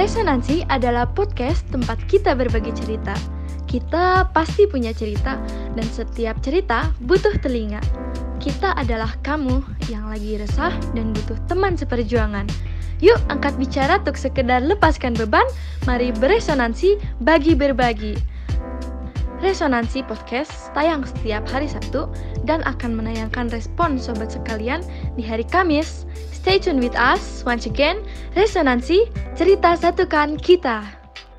Resonansi adalah podcast tempat kita berbagi cerita. Kita pasti punya cerita, dan setiap cerita butuh telinga. Kita adalah kamu yang lagi resah dan butuh teman seperjuangan. Yuk angkat bicara untuk sekedar lepaskan beban, mari beresonansi, bagi berbagi. Resonansi Podcast tayang setiap hari Sabtu dan akan menayangkan respon sobat sekalian di hari Kamis. Stay tuned with us once again. Resonansi, cerita satukan kita.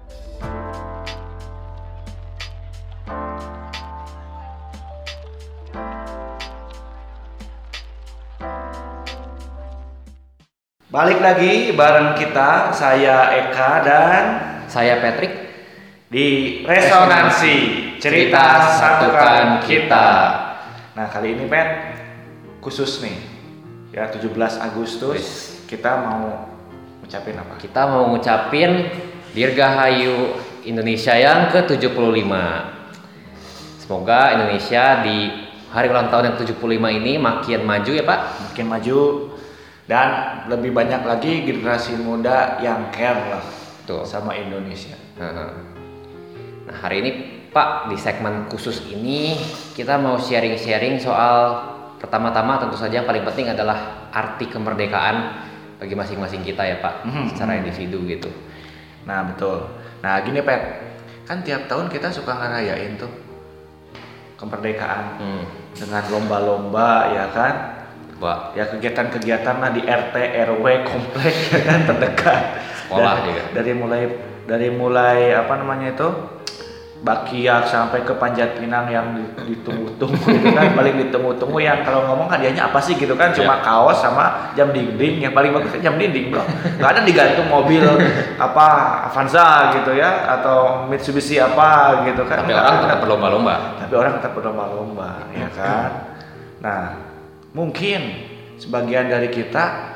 Balik lagi bareng kita, saya Eka dan saya Patrick di Resonansi, cerita satukan kita. Nah kali ini Pat, khusus nih ya 17 Agustus kita mau ngucapin apa? Kita mau ngucapin Dirgahayu Indonesia yang ke-75. Semoga Indonesia di hari ulang tahun yang ke-75 ini makin maju ya Pak. Makin maju dan lebih banyak lagi generasi muda yang care lah sama Indonesia. Nah hari ini Pak, di segmen khusus ini kita mau sharing-sharing soal pertama-tama tentu saja yang paling penting adalah arti kemerdekaan bagi masing-masing kita ya Pak, secara individu gitu. Nah betul. Nah gini Pak, kan tiap tahun kita suka ngerayain tuh kemerdekaan dengan lomba-lomba ya kan. Wah. Ya kegiatan-kegiatan lah di RT, RW, komplek ya kan terdekat. Sekolah juga. Dari mulai apa namanya itu Bakiak sampai ke Panjat Pinang yang ditunggu-tunggu gitu kan, paling ditunggu-tunggu yang kalau ngomong hadiahnya apa sih gitu kan, cuma kaos sama jam dinding, yang paling bagus kan jam dinding bro, nggak ada digantung mobil apa Avanza gitu ya atau Mitsubishi apa gitu kan. Tapi orang tetap berlomba-lomba. Ya kan. Nah mungkin sebagian dari kita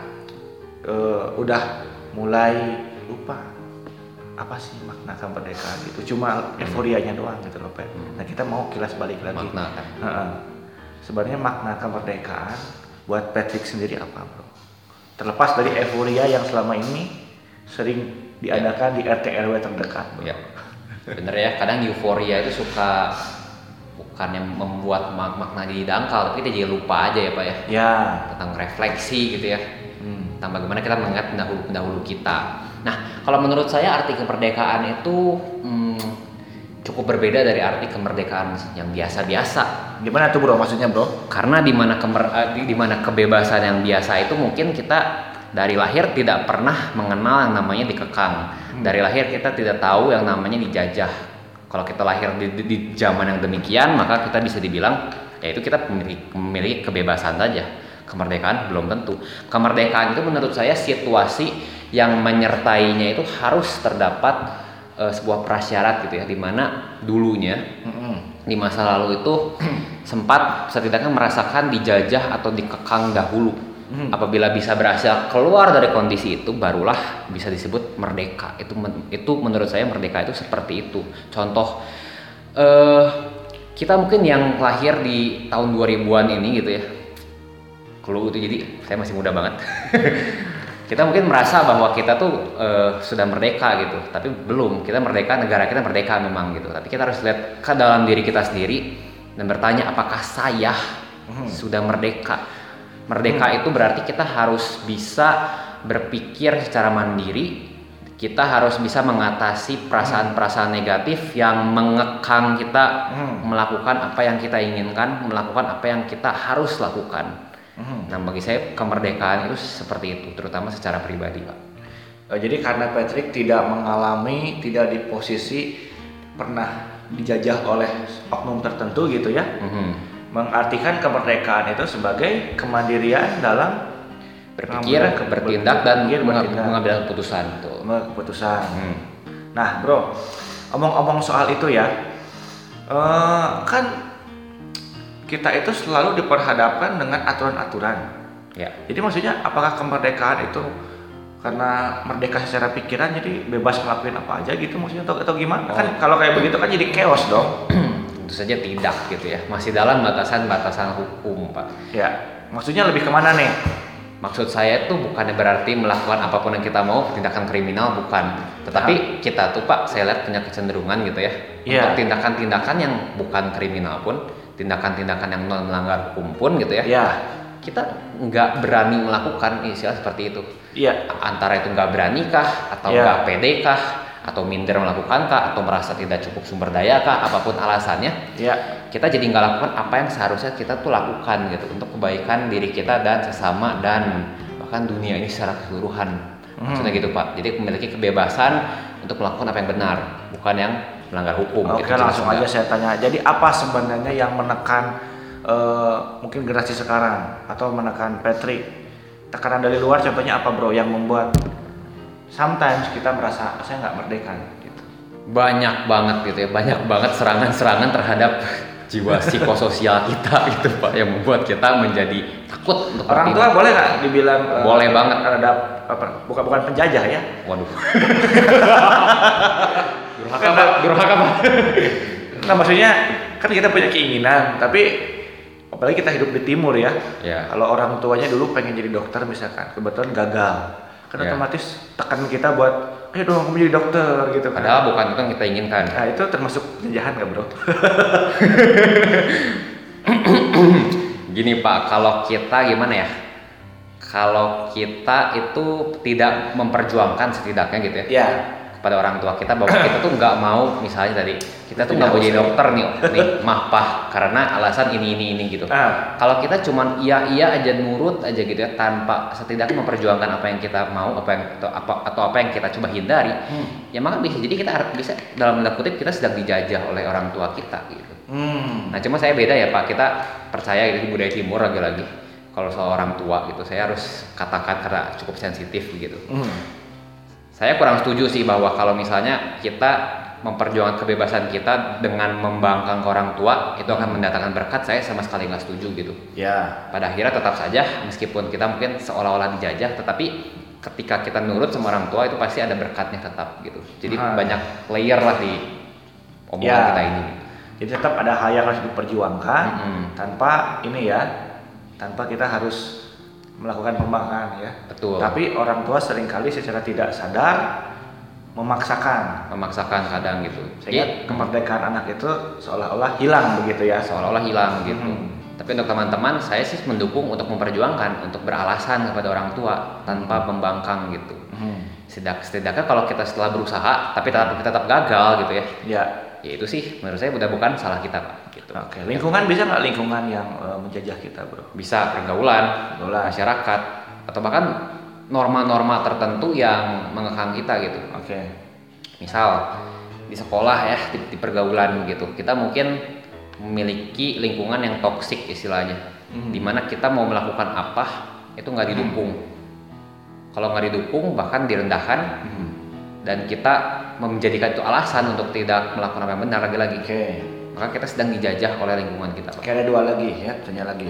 udah mulai lupa apa sih makna kemerdekaan itu, cuma euforianya doang gitu loh Pak. Nah kita mau kilas balik lagi makna kan. Sebenarnya makna kemerdekaan buat Patrick sendiri apa bro, terlepas dari euforia yang selama ini sering diadakan di RT RW terdekat bro. Ya bener ya, kadang euforia itu suka bukan yang membuat makna jadi dangkal, tapi kita jadi lupa aja ya Pak ya, tentang refleksi gitu ya, tentang bagaimana kita mengingat pendahulu kita. Nah, kalau menurut saya arti kemerdekaan itu cukup berbeda dari arti kemerdekaan yang biasa-biasa. Gimana tuh bro maksudnya bro? Karena di mana kebebasan yang biasa itu mungkin kita dari lahir tidak pernah mengenal yang namanya dikekang. Dari lahir kita tidak tahu yang namanya dijajah. Kalau kita lahir di zaman yang demikian, maka kita bisa dibilang yaitu kita memiliki kebebasan saja. Kemerdekaan belum tentu. Kemerdekaan itu menurut saya situasi yang menyertainya itu harus terdapat sebuah prasyarat gitu ya, di mana dulunya di masa lalu itu sempat setidaknya merasakan dijajah atau dikekang dahulu. Apabila bisa berhasil keluar dari kondisi itu, barulah bisa disebut merdeka. Itu menurut saya merdeka itu seperti itu. Contoh kita mungkin yang lahir di tahun 2000-an ini gitu ya. Kalau itu jadi saya masih muda banget. Kita mungkin merasa bahwa kita tuh sudah merdeka gitu, tapi belum. Kita merdeka, negara kita merdeka memang gitu. Tapi kita harus lihat ke dalam diri kita sendiri dan bertanya apakah saya sudah merdeka. Merdeka itu berarti kita harus bisa berpikir secara mandiri. Kita harus bisa mengatasi perasaan-perasaan negatif yang mengekang kita melakukan apa yang kita inginkan, melakukan apa yang kita harus lakukan. Nah bagi saya kemerdekaan itu seperti itu, terutama secara pribadi Pak. Jadi karena Patrick tidak di posisi pernah dijajah oleh oknum tertentu gitu ya, mengartikan kemerdekaan itu sebagai kemandirian dalam berpikir, bertindak dan mengambil keputusan. Nah bro, omong-omong soal itu ya, kan kita itu selalu diperhadapkan dengan aturan-aturan. Ya. Jadi maksudnya apakah kemerdekaan itu karena merdeka secara pikiran jadi bebas ngelakuin apa aja gitu maksudnya atau gimana? Kan kalau kayak begitu kan jadi chaos dong. Tentu saja tidak gitu ya. Masih dalam batasan-batasan hukum, Pak. Ya. Maksudnya lebih kemana nih? Maksud saya itu bukannya berarti melakukan apapun yang kita mau tindakan kriminal, bukan. Tetapi kita tuh Pak, saya lihat punya kecenderungan gitu ya, untuk tindakan-tindakan yang bukan kriminal pun, tindakan-tindakan yang non melanggar hukum pun gitu ya. Kita nggak berani melakukan istilah seperti itu. Antara itu nggak berani kah, atau nggak pede kah, atau minder melakukan kah, atau merasa tidak cukup sumber daya kah, apapun alasannya. Kita jadi nggak lakukan apa yang seharusnya kita tuh lakukan gitu untuk kebaikan diri kita dan sesama dan bahkan dunia ini secara keseluruhan. Maksudnya gitu Pak. Jadi memiliki kebebasan untuk melakukan apa yang benar, bukan yang melanggar hukum. Oke, langsung aja saya tanya. Jadi apa sebenarnya yang menekan mungkin generasi sekarang atau menekan Patrick? Tekanan dari luar contohnya apa bro yang membuat sometimes kita merasa saya nggak merdeka gitu. Banyak banget gitu ya, banyak banget serangan-serangan terhadap jiwa psikososial kita gitu Pak, yang membuat kita menjadi takut untuk orang tua. Boleh nggak dibilang boleh banget terhadap apa, bukan penjajah ya? Waduh. Durhaka Pak. Nah maksudnya kan kita punya keinginan, tapi apalagi kita hidup di timur ya. Kalau orang tuanya dulu pengen jadi dokter misalkan, kebetulan gagal, kan otomatis tekan kita buat ayo dong kamu jadi dokter gitu kan. Padahal bukan itu yang kita inginkan. Nah itu termasuk penjajahan nggak bro? Gini Pak, kalau kita gimana ya? Kalau kita itu tidak memperjuangkan setidaknya gitu ya. Pada orang tua kita bahwa kita tuh nggak mau, misalnya tadi kita tuh nggak mau jadi dokter nih maaf Pak, karena alasan ini gitu. Kalau kita cuman iya aja, nurut aja gitu ya, tanpa setidaknya memperjuangkan apa yang kita mau, atau apa yang kita coba hindari, ya maka bisa jadi kita bisa dalam tanda kutip kita sedang dijajah oleh orang tua kita gitu. Nah cuma saya beda ya Pak, kita percaya gitu budaya timur lagi-lagi. Kalau soal orang tua gitu, saya harus katakan karena cukup sensitif gitu. Saya kurang setuju sih bahwa kalau misalnya kita memperjuangkan kebebasan kita dengan membangkang ke orang tua itu akan mendatangkan berkat. Saya sama sekali nggak setuju gitu. Pada akhirnya tetap saja meskipun kita mungkin seolah-olah dijajah, tetapi ketika kita nurut sama orang tua itu pasti ada berkatnya tetap gitu. Jadi banyak layer lah di omongan kita ini. Jadi tetap ada hal yang harus diperjuangkan tanpa kita harus melakukan pembangkangan ya. Betul. Tapi orang tua seringkali secara tidak sadar memaksakan kadang gitu. Sehingga kemerdekaan anak itu seolah-olah hilang begitu ya. Gitu. Tapi untuk teman-teman, saya sih mendukung untuk memperjuangkan, untuk beralasan kepada orang tua tanpa membangkang gitu. Setidaknya kalau kita setelah berusaha tapi tetap gagal gitu ya. Ya itu sih menurut saya bukan salah kita Pak. Gitu. Oke. Lingkungan bisa nggak lingkungan yang menjajah kita bro? Bisa, pergaulan, masyarakat, atau bahkan norma-norma tertentu yang mengekang kita gitu. Misal di sekolah ya, di pergaulan gitu, kita mungkin memiliki lingkungan yang toksik istilahnya, dimana kita mau melakukan apa itu nggak didukung. Kalau nggak didukung bahkan direndahkan, dan kita menjadikan itu alasan untuk tidak melakukan apa yang benar lagi-lagi. Maka kita sedang dijajah oleh lingkungan kita. Ada dua lagi ya, tanya lagi.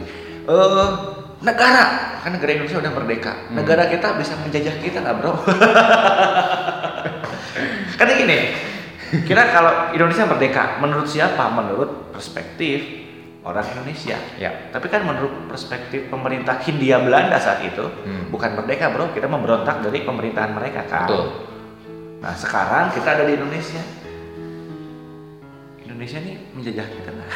Negara, kan negara Indonesia udah merdeka. Negara kita bisa menjajah kita nggak bro? Kan gini, kira kalau Indonesia merdeka, menurut siapa? Menurut perspektif orang Indonesia. Tapi kan menurut perspektif pemerintah Hindia Belanda saat itu, bukan merdeka bro, kita memberontak dari pemerintahan mereka kan. Betul. Nah sekarang kita ada di Indonesia. Indonesia ini menjajah kita nggak?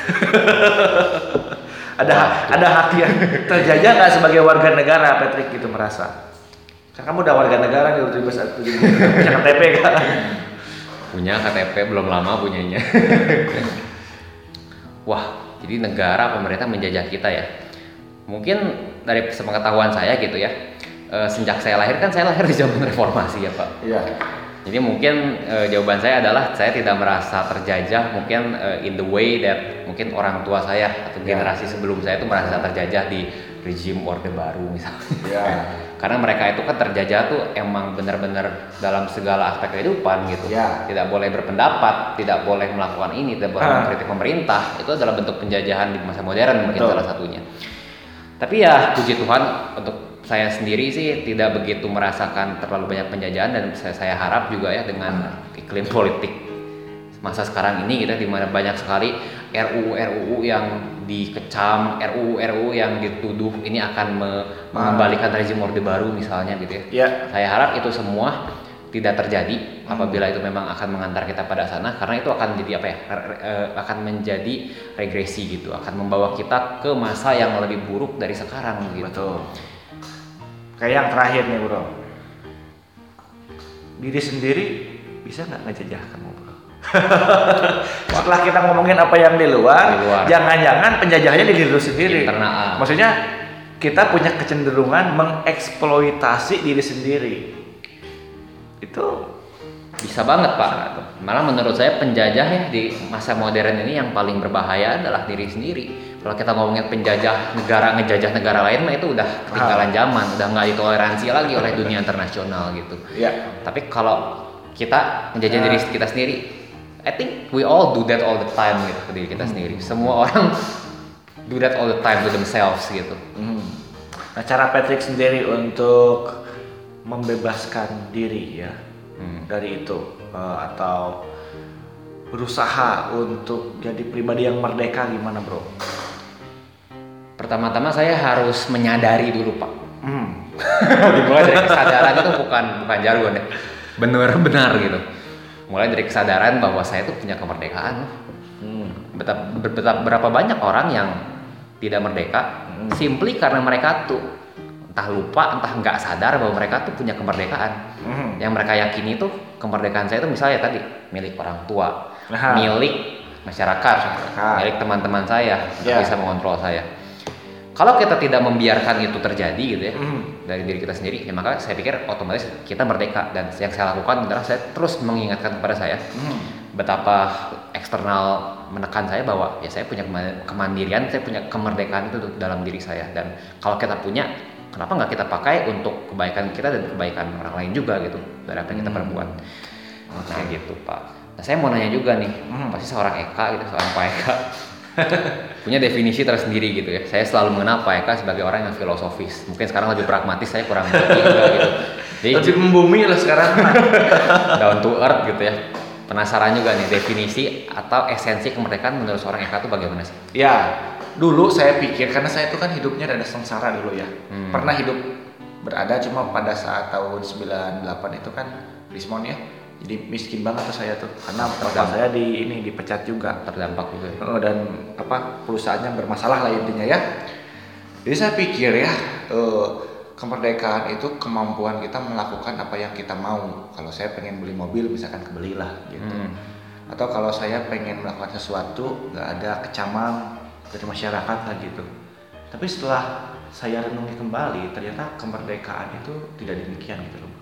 ada hak yang terjajah nggak sebagai warga negara, Patrick gitu merasa? Kan kamu udah warga negara nih, udah punya KTP kan? Punya KTP belum lama punyanya. Wah, jadi negara pemerintah menjajah kita ya. Mungkin dari sepengetahuan saya gitu ya. Sejak saya lahir di zaman reformasi ya Pak. Jadi mungkin jawaban saya adalah saya tidak merasa terjajah mungkin in the way that mungkin orang tua saya atau generasi sebelum saya itu merasa terjajah di rezim Orde Baru misalnya. Karena mereka itu kan terjajah tuh emang benar-benar dalam segala aspek kehidupan gitu. Tidak boleh berpendapat, tidak boleh melakukan ini, tidak boleh mengkritik pemerintah. Itu adalah bentuk penjajahan di masa modern mungkin salah satunya. Tapi ya puji Tuhan untuk saya sendiri sih tidak begitu merasakan terlalu banyak penjajahan, dan saya harap juga ya dengan iklim politik masa sekarang ini gitu, di mana banyak sekali RUU yang dikecam, RUU yang dituduh ini akan mengembalikan rezim Orde Baru misalnya gitu ya. Ya. Saya harap itu semua tidak terjadi apabila itu memang akan mengantar kita pada sana, karena itu akan jadi akan menjadi regresi gitu, akan membawa kita ke masa yang lebih buruk dari sekarang gitu. Betul. Kayak yang terakhir nih bro, diri sendiri bisa nggak ngejajah kamu bro? Setelah kita ngomongin apa yang di luar. Jangan-jangan penjajahnya di diri sendiri. Internal. Maksudnya kita punya kecenderungan mengeksploitasi diri sendiri. Itu bisa banget Pak. Malah menurut saya penjajah ya di masa modern ini yang paling berbahaya adalah diri sendiri. Kalau kita ngomongin penjajah negara, ngejajah negara lain mah itu udah ketinggalan zaman, udah nggak ditoleransi lagi oleh dunia internasional gitu. Ya. Tapi kalau kita menjajah diri kita sendiri, I think we all do that all the time gitu ke diri kita sendiri. Semua orang do that all the time to themselves gitu. Nah, cara Patrick sendiri untuk membebaskan diri ya dari itu atau berusaha untuk jadi pribadi yang merdeka gimana bro? Pertama-tama saya harus menyadari dulu Pak. Dimulai dari kesadaran itu bukan jargon ya, benar-benar gitu. Mulai dari kesadaran bahwa saya tuh punya kemerdekaan. Berapa banyak orang yang tidak merdeka simply karena mereka tuh entah lupa, entah nggak sadar bahwa mereka tuh punya kemerdekaan. Yang mereka yakini tuh kemerdekaan saya itu misalnya tadi milik orang tua, milik masyarakat, milik teman-teman saya yang bisa mengontrol saya. Kalau kita tidak membiarkan itu terjadi gitu ya dari diri kita sendiri, ya maka saya pikir otomatis kita merdeka. Dan yang saya lakukan adalah saya terus mengingatkan kepada saya betapa eksternal menekan saya bahwa ya saya punya kemandirian, saya punya kemerdekaan itu dalam diri saya. Dan kalau kita punya, kenapa nggak kita pakai untuk kebaikan kita dan kebaikan orang lain juga gitu dari apa yang kita perbuat. Nah gitu Pak. Nah saya mau nanya juga nih, pasti seorang Eka gitu, seorang Pak Eka punya definisi tersendiri gitu ya. Saya selalu mengenal Pak Eka sebagai orang yang filosofis. Mungkin sekarang lebih pragmatis, saya kurang mengerti juga gitu. Jadi lebih membumi lah sekarang. Down to earth gitu ya. Penasaran juga nih definisi atau esensi kemerdekaan menurut seorang Eka itu bagaimana sih? Ya, dulu saya pikir karena saya itu kan hidupnya ada sengsara dulu ya. Pernah hidup berada cuma pada saat tahun 98 itu kan Rismon ya. Jadi miskin banget tuh saya tuh karena bapak saya dipecat juga, terdampak juga ya. Dan perusahaannya bermasalah lah intinya ya. Jadi saya pikir ya kemerdekaan itu kemampuan kita melakukan apa yang kita mau. Kalau saya pengen beli mobil misalkan kebelilah gitu. Atau kalau saya pengen melakukan sesuatu nggak ada kecaman dari masyarakat lah gitu. Tapi setelah saya renungi kembali ternyata kemerdekaan itu tidak demikian gitu loh.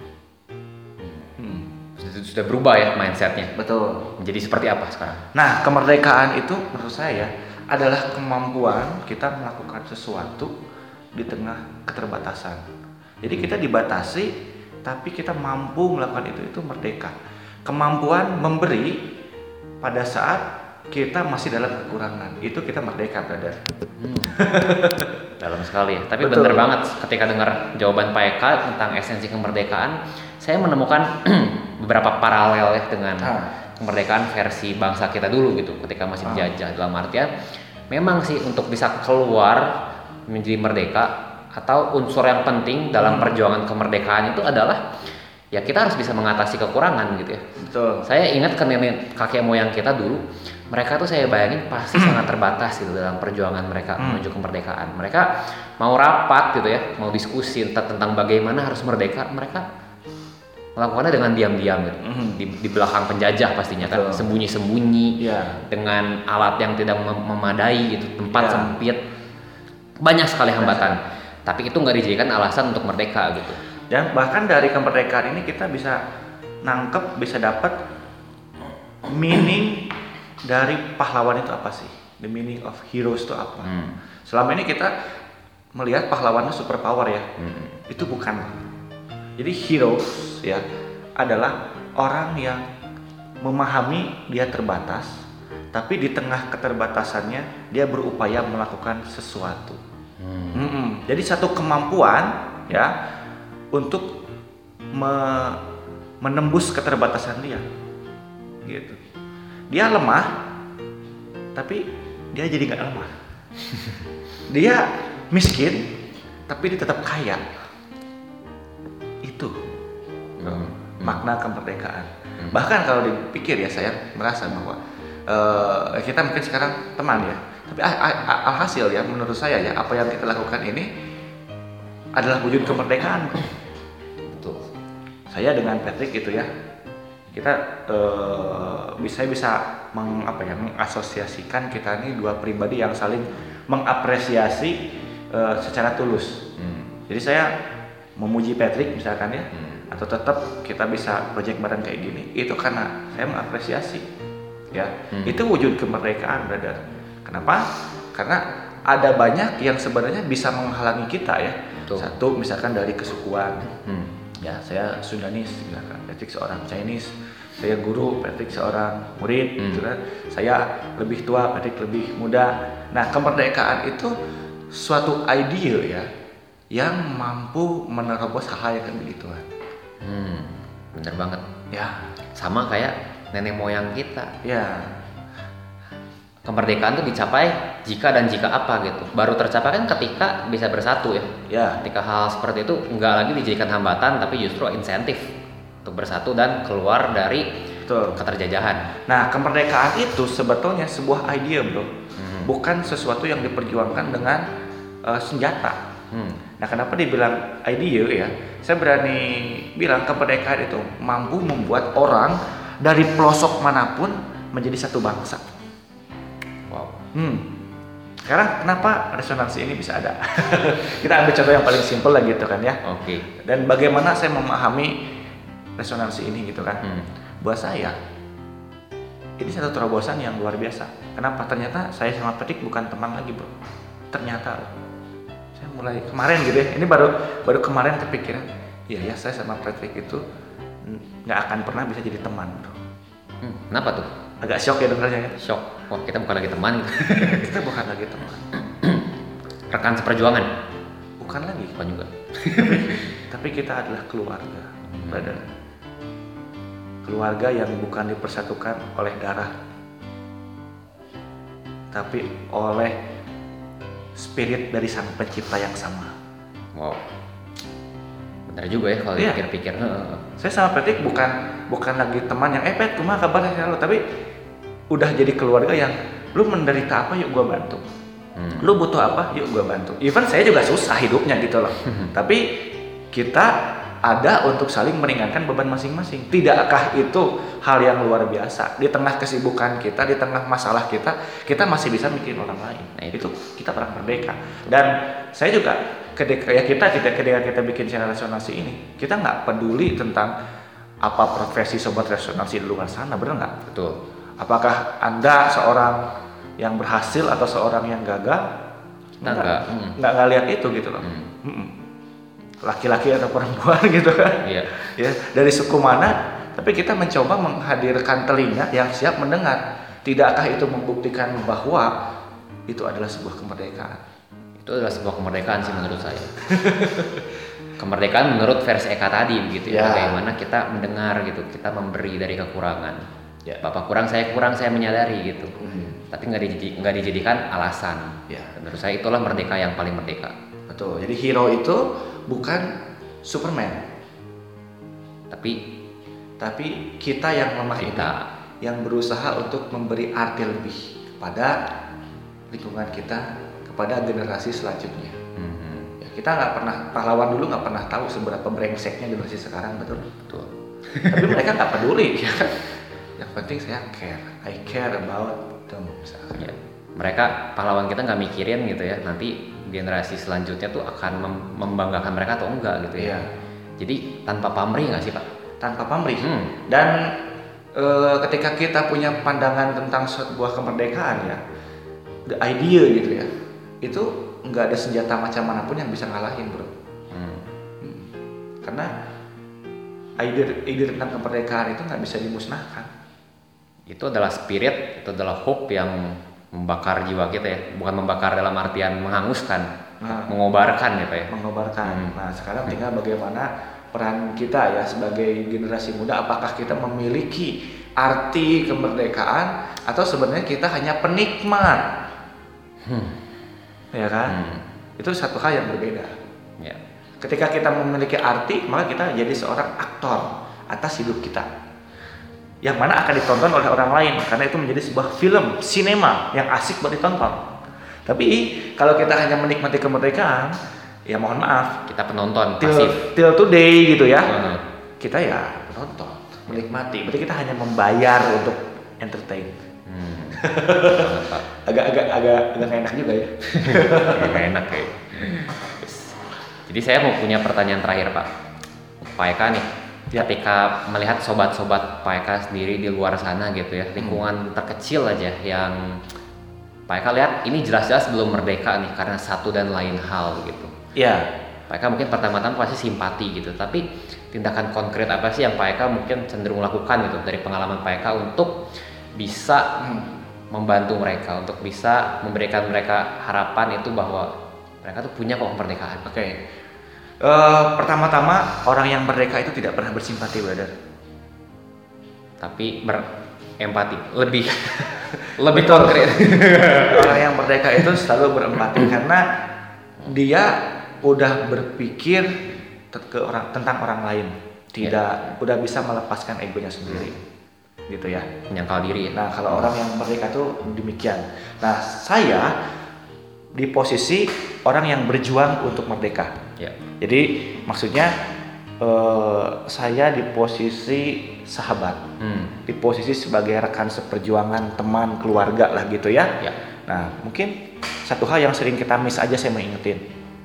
Sudah berubah ya mindsetnya. Betul. Menjadi seperti apa sekarang? Nah, kemerdekaan itu menurut saya adalah kemampuan kita melakukan sesuatu di tengah keterbatasan. Jadi kita dibatasi, tapi kita mampu melakukan itu merdeka. Kemampuan memberi pada saat kita masih dalam kekurangan, itu kita merdeka, brother. Dalam sekali ya. Tapi benar banget ketika dengar jawaban Pak Eka tentang esensi kemerdekaan, saya menemukan beberapa paralel ya dengan kemerdekaan versi bangsa kita dulu gitu ketika masih dijajah. Dalam artian memang sih untuk bisa keluar menjadi merdeka atau unsur yang penting dalam perjuangan kemerdekaan itu adalah ya kita harus bisa mengatasi kekurangan gitu ya. Betul. Saya ingat ke nenek kakek moyang kita dulu, mereka tuh saya bayangin pasti sangat terbatas gitu dalam perjuangan mereka menuju kemerdekaan. Mereka mau rapat gitu ya, mau diskusi tentang bagaimana harus merdeka, mereka melakukannya dengan diam-diam gitu. Di belakang penjajah pastinya kan, sembunyi-sembunyi dengan alat yang tidak memadai gitu, tempat sempit, banyak sekali hambatan. Tapi itu nggak dijadikan alasan untuk merdeka gitu. Dan bahkan dari kemerdekaan ini kita bisa nangkep, bisa dapat meaning dari pahlawan itu apa sih? The meaning of heroes itu apa? Selama ini kita melihat pahlawan itu super power ya. Itu bukan. Jadi heroes ya adalah orang yang memahami dia terbatas, tapi di tengah keterbatasannya dia berupaya melakukan sesuatu. Jadi satu kemampuan ya untuk menembus keterbatasan dia, gitu. dia lemah, tapi dia jadi nggak lemah. Dia miskin, tapi dia tetap kaya. Itu makna kemerdekaan. Bahkan kalau dipikir ya, saya merasa bahwa kita mungkin sekarang teman ya, tapi alhasil ya menurut saya ya, apa yang kita lakukan ini adalah wujud kemerdekaan. Betul. Saya dengan Patrick gitu ya, kita bisa mengasosiasikan kita ini dua pribadi yang saling mengapresiasi secara tulus. Jadi saya memuji Patrick misalkan ya, atau tetap kita bisa project bareng kayak gini, itu karena saya mengapresiasi ya. Itu wujud kemerdekaan, brother. Kenapa? Karena ada banyak yang sebenarnya bisa menghalangi kita ya. Betul. Satu misalkan dari kesukuan. Ya, saya Sundanese, misalkan Patrick seorang Chinese, saya guru, Patrick seorang murid, gitu kan. Saya lebih tua, Patrick lebih muda. Nah, kemerdekaan itu suatu ide ya yang mampu menerobos hal-hal yang begituan. Bener banget. Ya, Sama kayak nenek moyang kita. ya, Kemerdekaan tuh dicapai jika dan jika apa gitu. Baru tercapai kan ketika bisa bersatu ya. ya, Ketika hal seperti itu nggak lagi dijadikan hambatan, tapi justru insentif untuk bersatu dan keluar dari betul. keterjajahan. Nah, kemerdekaan itu sebetulnya sebuah ide, bro. Bukan sesuatu yang diperjuangkan dengan senjata. Nah, kenapa dibilang ide ya? Saya berani bilang kemerdekaan itu mampu membuat orang dari pelosok manapun menjadi satu bangsa. Wow. Sekarang kenapa resonansi ini bisa ada? Kita ambil contoh yang paling simpel lah gitu kan ya. Oke. Dan bagaimana saya memahami resonansi ini gitu kan. Buat saya ini satu terobosan yang luar biasa. Kenapa? Ternyata saya sama Patrick bukan teman lagi, bro. Ternyata saya mulai kemarin gitu ya, ini baru kemarin kepikiran, iya ya, saya sama Patrick itu nggak akan pernah bisa jadi teman, bro. Kenapa tuh? Agak shock ya dengarnya ya. Shock. Wah, kita bukan lagi teman gitu. Kita bukan lagi teman. Rekan seperjuangan. Bukan lagi. Bukan juga. Tapi kita adalah keluarga, brother. Keluarga yang bukan dipersatukan oleh darah, tapi oleh spirit dari sang pencipta yang sama. Wow. Benar juga ya kalau Iya. dipikir-pikir. Saya sama Patrick bukan lagi teman yang Pet, kumaha kabarnya lo, tapi udah jadi keluarga yang lu menderita apa yuk gua bantu. Lu butuh apa yuk gua bantu. Even saya juga susah hidupnya gitu loh. Tapi kita ada untuk saling meringankan beban masing-masing. Tidakkah itu hal yang luar biasa? Di tengah kesibukan kita, di tengah masalah kita masih bisa mikirin orang lain. Nah, itu kita orang merdeka. Dan saya juga ketika kita bikin channel resonansi ini, kita nggak peduli tentang apa profesi sobat resonansi di luar sana, benar nggak? Betul. Apakah Anda seorang yang berhasil atau seorang yang gagal? Nggak lihat itu gitu loh. Laki-laki atau perempuan gitu kan. Iya. Ya, dari suku mana, tapi kita mencoba menghadirkan telinga yang siap mendengar. Tidakkah itu membuktikan bahwa itu adalah sebuah kemerdekaan? Itu adalah sebuah kemerdekaan sih menurut saya. Kemerdekaan menurut versi Eka tadi begitu ya. Bagaimana kita mendengar gitu, kita memberi dari kekurangan. Ya. Bapak kurang, saya menyadari gitu. Tapi nggak dijadikan alasan. Ya. Menurut saya itulah merdeka yang paling merdeka. Betul. Jadi hero itu bukan Superman, tapi kita yang lemah ini, yang berusaha untuk memberi arti lebih kepada lingkungan kita, kepada generasi selanjutnya. Ya, kita nggak pernah, pahlawan dulu nggak pernah tahu seberapa brengseknya generasi sekarang, betul? Tapi mereka nggak peduli ya. Yang penting saya I care about them. Ya. Mereka pahlawan kita nggak mikirin gitu ya, nanti generasi selanjutnya tuh akan membanggakan mereka atau enggak gitu ya. Jadi tanpa pamrih nggak sih Pak? Tanpa pamrih. Dan ketika kita punya pandangan tentang sebuah kemerdekaan ya, the idea gitu ya, itu nggak ada senjata macam manapun yang bisa ngalahin, bro. Karena ide tentang kemerdekaan itu nggak bisa dimusnahkan. Itu adalah spirit, itu adalah hope yang membakar jiwa kita ya, bukan membakar dalam artian menghanguskan, mengobarkan ya Pak ya. Mengobarkan. Nah sekarang tinggal bagaimana peran kita ya sebagai generasi muda, apakah kita memiliki arti kemerdekaan atau sebenarnya kita hanya penikmat? Ya kan? Itu satu hal yang berbeda. Ya. Ketika kita memiliki arti, maka kita jadi seorang aktor atas hidup kita, yang mana akan ditonton oleh orang lain karena itu menjadi sebuah film sinema yang asik buat ditonton. Tapi kalau kita hanya menikmati kemerdekaan, ya mohon maaf, Kita penonton pasif. till today gitu ya. Kita ya penonton, menikmati. Berarti kita hanya membayar untuk entertain. Agak nggak enak juga ya. Gak enak ya. Jadi saya mau punya pertanyaan terakhir Pak. Pak Eka nih, ketika melihat sobat-sobat Pak Eka sendiri di luar sana gitu ya, lingkungan terkecil aja yang Pak Eka lihat ini jelas-jelas belum merdeka nih karena satu dan lain hal gitu. Iya. Pak Eka mungkin pertama-tama pasti simpati gitu, tapi tindakan konkret apa sih yang Pak Eka mungkin cenderung lakukan gitu dari pengalaman Pak Eka untuk bisa membantu mereka, untuk bisa memberikan mereka harapan itu bahwa mereka tuh punya kok kemerdekaan. Oke. Pertama-tama orang yang merdeka itu tidak pernah bersimpati, brother. Tapi berempati, lebih konkret. Orang yang merdeka itu selalu berempati karena dia udah berpikir tentang orang lain, udah bisa melepaskan egonya sendiri, gitu ya. Menyangkal diri. Nah, kalau orang yang merdeka itu demikian. Nah, saya di posisi orang yang berjuang untuk merdeka. Ya. Jadi maksudnya saya di posisi sahabat, di posisi sebagai rekan seperjuangan, teman, keluarga lah gitu ya. Nah, mungkin satu hal yang sering kita miss aja saya mau ingetin,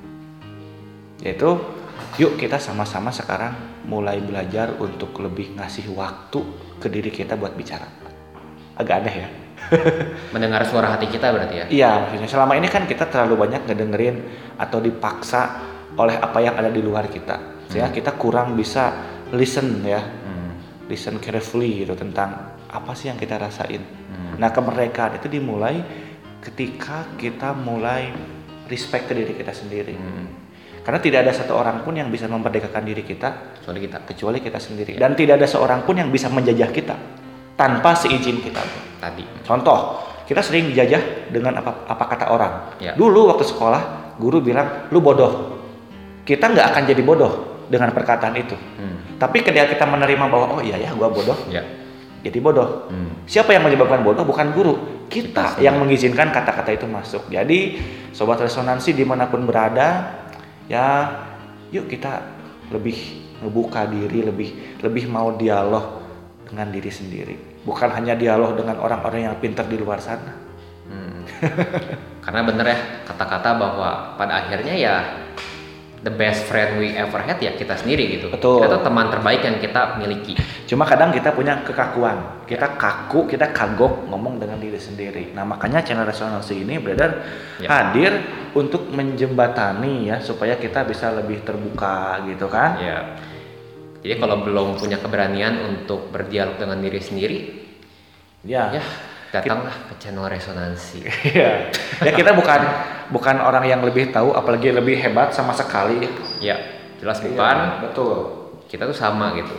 yaitu yuk kita sama-sama sekarang mulai belajar untuk lebih ngasih waktu ke diri kita buat bicara. Agak aneh ya. Mendengar suara hati kita berarti ya? Iya, maksudnya selama ini kan kita terlalu banyak ngedengerin atau dipaksa oleh apa yang ada di luar kita, sehingga kita kurang bisa listen ya, listen carefully gitu tentang apa sih yang kita rasain. Nah, kemerdekaan itu dimulai ketika kita mulai respect ke diri kita sendiri. Karena tidak ada satu orang pun yang bisa memerdekakan diri kita kecuali kita sendiri. Dan tidak ada seorang pun yang bisa menjajah kita tanpa seizin kita. Tadi. Contoh, kita sering dijajah dengan apa kata orang. Ya. Dulu waktu sekolah, guru bilang, lu bodoh. Kita nggak akan jadi bodoh dengan perkataan itu. Tapi ketika kita menerima bahwa, oh iya ya, gua bodoh. Ya. Jadi bodoh. Siapa yang menyebabkan bodoh? Bukan guru. Kita yang mengizinkan kata-kata itu masuk. Jadi, sobat resonansi dimanapun berada, ya, yuk kita lebih ngebuka diri, lebih mau dialog dengan diri sendiri. Bukan hanya dialog dengan orang-orang yang pintar di luar sana. Karena bener ya kata-kata bahwa pada akhirnya ya the best friend we ever had ya kita sendiri gitu. Betul. Kita tuh teman terbaik yang kita miliki. Cuma kadang kita punya kekakuan, kita kaku, kita kagok ngomong dengan diri sendiri. Nah, makanya channel resonansi ini brother hadir untuk menjembatani ya supaya kita bisa lebih terbuka gitu kan. Ya. Jadi kalau belum punya keberanian untuk berdialog dengan diri sendiri, ya datanglah ke channel resonansi. Ya kita bukan orang yang lebih tahu, apalagi lebih hebat sama sekali. Ya, jelas bukan. Ya, betul. Kita tuh sama gitu.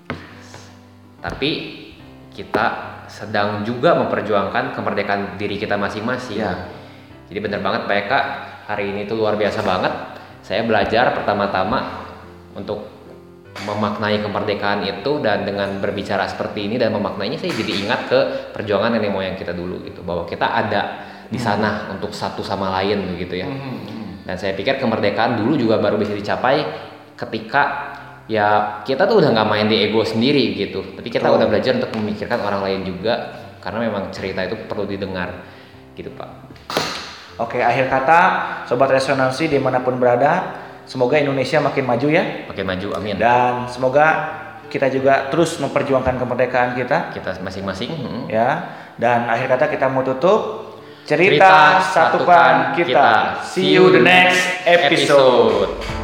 Tapi kita sedang juga memperjuangkan kemerdekaan diri kita masing-masing. Ya. Jadi bener banget Pak Eka, hari ini tuh luar biasa banget. Saya belajar pertama-tama untuk memaknai kemerdekaan itu, dan dengan berbicara seperti ini dan memaknainya saya jadi ingat ke perjuangan nenek moyang kita dulu gitu, bahwa kita ada di sana untuk satu sama lain begitu ya. Dan saya pikir kemerdekaan dulu juga baru bisa dicapai ketika ya kita tuh udah nggak main di ego sendiri gitu, tapi kita udah belajar untuk memikirkan orang lain juga, karena memang cerita itu perlu didengar gitu Pak. Oke, akhir kata sobat resonansi dimanapun berada, semoga Indonesia makin maju ya. Makin maju, amin. Dan semoga kita juga terus memperjuangkan kemerdekaan kita masing-masing. Ya. Dan akhir kata kita mau tutup. Cerita satukan kita. See you the next episode.